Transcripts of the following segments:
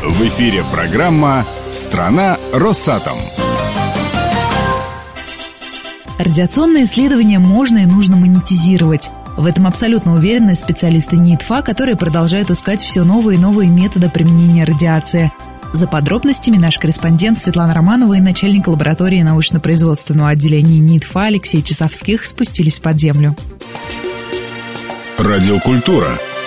В эфире программа «Страна Росатом». Радиационные исследования можно и нужно монетизировать. В этом абсолютно уверены специалисты НИИТФА, которые продолжают искать все новые и новые методы применения радиации. За подробностями наш корреспондент Светлана Романова и начальник лаборатории научно-производственного отделения НИИТФА Алексей Часовских спустились под землю. Радиокультура.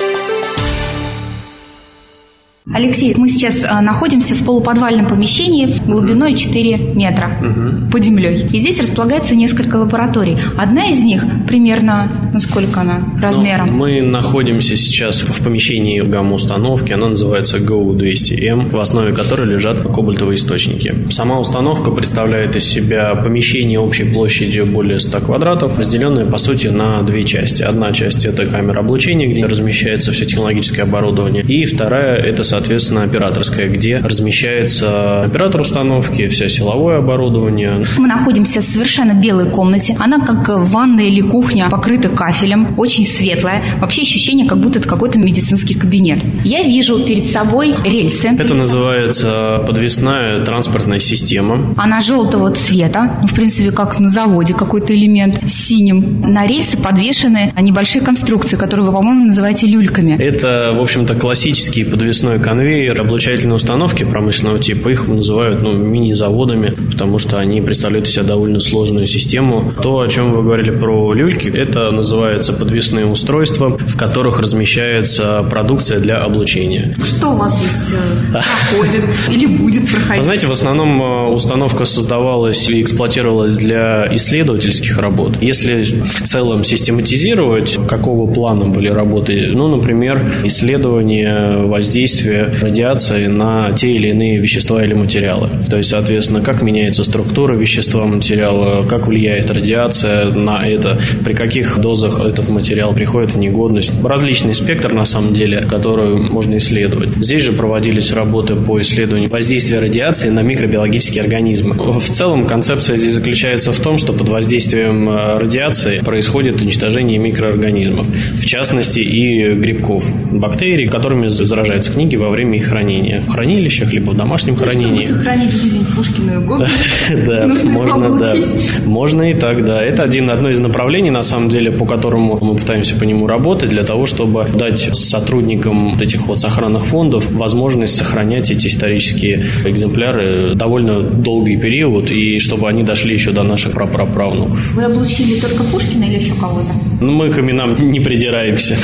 Алексей, мы сейчас находимся в полуподвальном помещении глубиной 4 метра под землей. И здесь располагается несколько лабораторий. Одна из них примерно, сколько она размером? Мы находимся сейчас в помещении гамма-установки. Она называется GO200M, в основе которой лежат кобальтовые источники. Сама установка представляет из себя помещение общей площадью более 100 квадратов, разделенное, по сути, на две части. Одна часть – это камера облучения, где размещается все технологическое оборудование. И вторая – это, соответственно, операторская, где размещается оператор установки, вся силовое оборудование. Мы находимся в совершенно белой комнате. Она как ванная или кухня, покрыта кафелем, очень светлая. Вообще ощущение, как будто это какой-то медицинский кабинет. Я вижу перед собой рельсы. Это называется подвесная транспортная система. Она желтого цвета, в принципе, как на заводе какой-то элемент с синим. На рельсы подвешены небольшие конструкции, которые вы, по-моему, называете люльками. Это, в общем-то, классический подвесной конвейер, облучательные установки промышленного типа. Их называют мини-заводами, потому что они представляют из себя довольно сложную систему. То, о чем вы говорили про люльки, это называется подвесные устройства, в которых размещается продукция для облучения. Что у вас здесь проходит или будет проходить? Вы знаете, в основном установка создавалась и эксплуатировалась для исследовательских работ. Если в целом систематизировать, какого плана были работы, например, исследование воздействия радиации на те или иные вещества или материалы. То есть, соответственно, как меняется структура вещества, материала, как влияет радиация на это, при каких дозах этот материал приходит в негодность. Различный спектр, на самом деле, который можно исследовать. Здесь же проводились работы по исследованию воздействия радиации на микробиологические организмы. В целом, концепция здесь заключается в том, что под воздействием радиации происходит уничтожение микроорганизмов, в частности и грибков, бактерий, которыми заражаются книги во время их хранения. В хранилищах, либо в домашнем хранении. Чтобы сохранить жизнь Пушкина и Гоголя. Да, можно, да. Можно и так, да. Это одно из направлений, на самом деле, по которому мы пытаемся по нему работать, для того, чтобы дать сотрудникам этих сохранных фондов возможность сохранять эти исторические экземпляры довольно долгий период, и чтобы они дошли еще до наших прапраправнуков. Вы облучили только Пушкина или еще кого-то? Мы к именам не придираемся.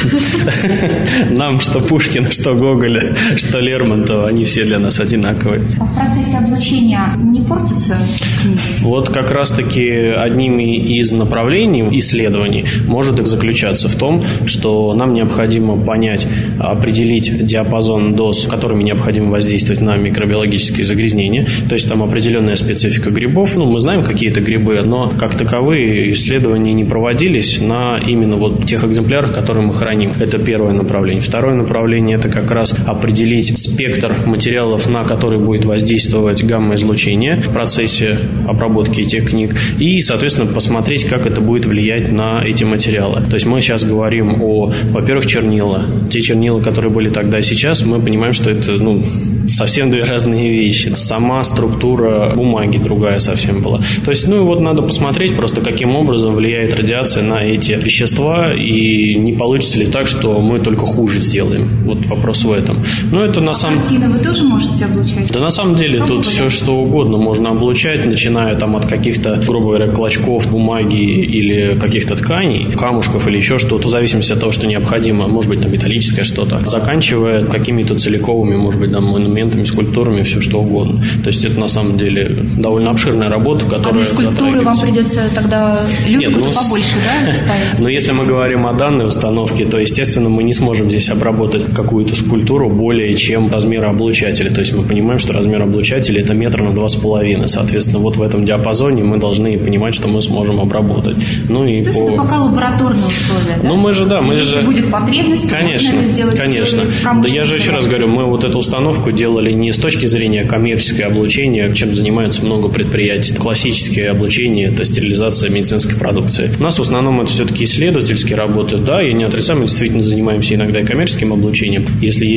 Нам что Пушкина, что Гоголя, что Лермонтова, они все для нас одинаковые. А в процессе облучения не портятся книги? Вот как раз-таки одними из направлений исследований может заключаться в том, что нам необходимо понять, определить диапазон доз, которыми необходимо воздействовать на микробиологические загрязнения. То есть там определенная специфика грибов. Мы знаем какие-то грибы, но как таковые исследования не проводились на именно тех экземплярах, которые мы храним. Это первое направление. Второе направление – это как раз определить спектр материалов, на который будет воздействовать гамма-излучение в процессе обработки этих книг, и, соответственно, посмотреть, как это будет влиять на эти материалы. То есть мы сейчас говорим во-первых, чернила. Те чернила, которые были тогда и сейчас, мы понимаем, что это совсем две разные вещи. Сама структура бумаги другая совсем была. То есть, надо посмотреть просто, каким образом влияет радиация на эти вещества, и не получится ли так, что мы только хуже сделаем. Вопрос в этом. Это на самом... Картины вы тоже можете облучать? Да на самом деле тут все что угодно можно облучать, начиная от каких-то, грубо говоря, клочков бумаги или каких-то тканей, камушков или еще что-то, в зависимости от того, что необходимо, может быть, металлическое что-то, заканчивая какими-то целиковыми, может быть, монументами, скульптурами, все что угодно. То есть это на самом деле довольно обширная работа, которая... А для скульптуры вам придется тогда люльку побольше, да, ставить? Но если мы говорим о данной установке, то, естественно, мы не сможем здесь обработать какую-то скульптуру более чем размера облучателя. То есть мы понимаем, что размер облучателя – это 1 на 2,5. Соответственно, в этом диапазоне мы должны понимать, что мы сможем обработать. То есть это пока лабораторные условия, да? Если будет потребность, конечно, можно это сделать. Конечно. Да я же еще раз говорю, мы эту установку делали не с точки зрения коммерческого облучения, чем занимаются много предприятий. Классическое облучение – это стерилизация медицинской продукции. У нас в основном это все-таки исследовательские работы. Да, я не отрицаю, мы действительно занимаемся иногда и коммерческим облучением. Если есть возможность,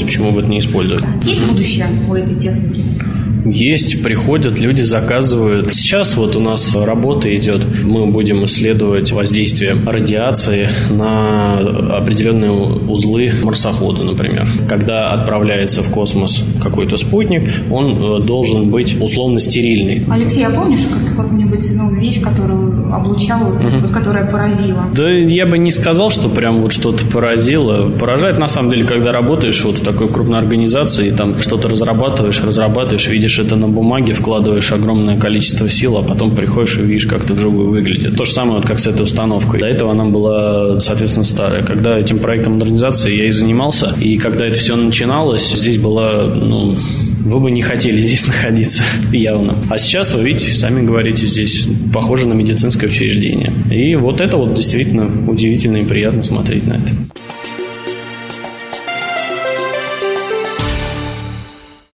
используется, почему бы это не использовать? Есть будущее у этой техники? Есть, приходят, люди заказывают. Сейчас вот у нас работа идет. Мы будем исследовать воздействие радиации на определенные узлы марсохода, например. Когда отправляется в космос какой-то спутник, он должен быть условно стерильный. Алексей, а помнишь какую-нибудь вещь, которую облучала, которая поразила? Да я бы не сказал, что прям вот что-то поразило. Поражает на самом деле, когда работаешь вот в такой крупной организации, и там что-то разрабатываешь, видишь это на бумаге, вкладываешь огромное количество сил, а потом приходишь и видишь, как это вживую выглядит. То же самое, вот как с этой установкой. До этого она была, соответственно, старая. Когда этим проектом модернизации я и занимался, и когда это все начиналось, здесь была, вы бы не хотели здесь находиться, явно. А сейчас, вы видите, сами говорите, здесь похоже на медицинское учреждение. И вот это вот действительно удивительно и приятно смотреть на это.